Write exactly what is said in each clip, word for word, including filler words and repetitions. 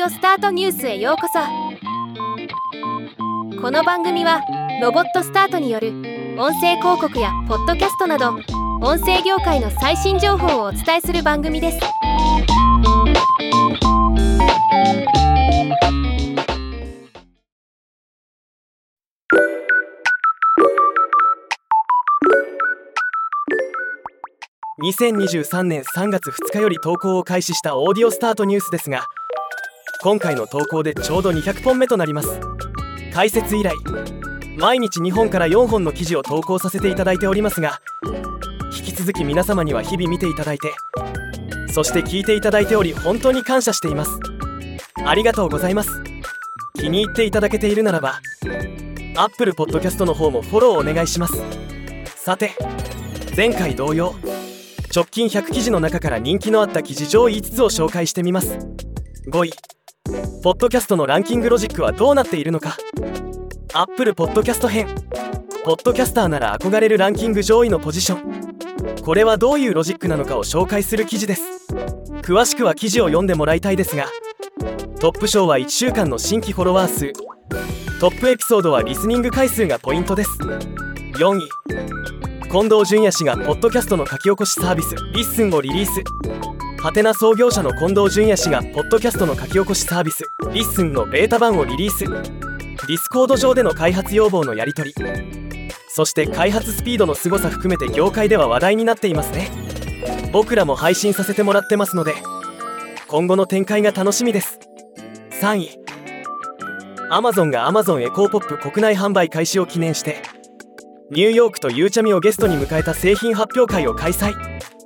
オスタートニュースへようこそ。この番組はロボットスタートによる音声広告やポッドキャストなど音声業界の最新情報をお伝えする番組です。 にせんにじゅうさんねんさんがつふつかより投稿を開始したオーディオスタートニュースですが、今回の投稿でちょうどにひゃくぽんめとなります。開設以来毎日にほんからよんほんの記事を投稿させていただいておりますが、引き続き皆様には日々見ていただいて、そして聞いていただいており本当に感謝しています。ありがとうございます。気に入っていただけているならば Apple Podcast の方もフォローお願いします。さて、前回同様直近ひゃくきじの中から人気のあった記事上位いつつを紹介してみます。ごい、ポッドキャストのランキングロジックはどうなっているのか。 Apple Podcast 編。ポッドキャスターなら憧れるランキング上位のポジション。これはどういうロジックなのかを紹介する記事です。詳しくは記事を読んでもらいたいですが、トップ賞はいっしゅうかんの新規フォロワー数、トップエピソードはリスニング回数がポイントです。よんい、近藤淳也氏がポッドキャストの書き起こしサービスリッスンをリリース。ハテナ創業者の近藤淳也氏がポッドキャストの書き起こしサービスリッスンのベータ版をリリース。ディスコード上での開発要望のやり取り、そして開発スピードの凄さ含めて業界では話題になっていますね。僕らも配信させてもらってますので今後の展開が楽しみです。さんい、Amazon が Amazon エコーポップ国内販売開始を記念してニューヨークとゆうちゃみをゲストに迎えた製品発表会を開催。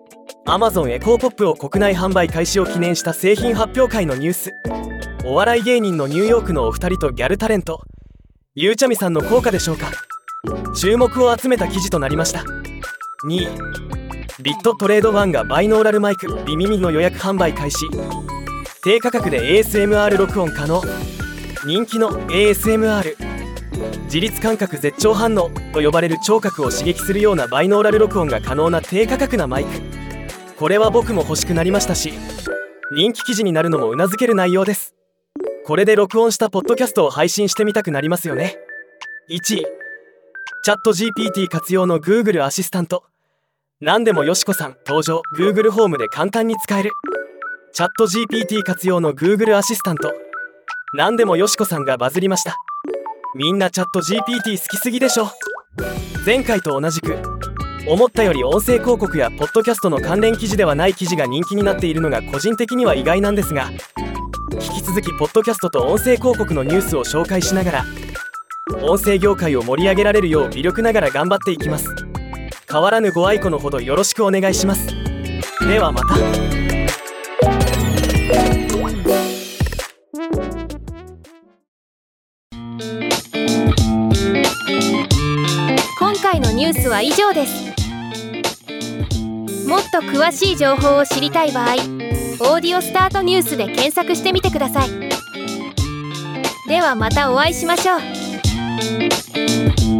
Amazon エコーポップを国内販売開始を記念した製品発表会のニュース。お笑い芸人のニューヨークのお二人とギャルタレントゆうちゃみさんの効果でしょうか。注目を集めた記事となりました。にい、ビットトレードワンがバイノーラルマイクビ耳の予約販売開始。低価格で エーエスエムアール 録音可能。人気の エーエスエムアール、自律感覚絶頂反応と呼ばれる聴覚を刺激するようなバイノーラル録音が可能な低価格なマイク。これは僕も欲しくなりましたし、人気記事になるのもうなずける内容です。これで録音したポッドキャストを配信してみたくなりますよね。いちい、チャット ジーピーティー 活用の Google アシスタント。何でもよしこさん登場。 Google ホームで簡単に使えるチャット ジーピーティー 活用の Google アシスタント。何でもよしこさんがバズりました。みんなチャット ジーピーティー 好きすぎでしょ。前回と同じく思ったより音声広告やポッドキャストの関連記事ではない記事が人気になっているのが個人的には意外なんですが、引き続きポッドキャストと音声広告のニュースを紹介しながら音声業界を盛り上げられるよう微力ながら頑張っていきます。変わらぬご愛顧のほどよろしくお願いします。ではまた。 今回のニュースは以上です。もっと詳しい情報を知りたい場合、オーディオスタートニュースで検索してみてください。ではまたお会いしましょう。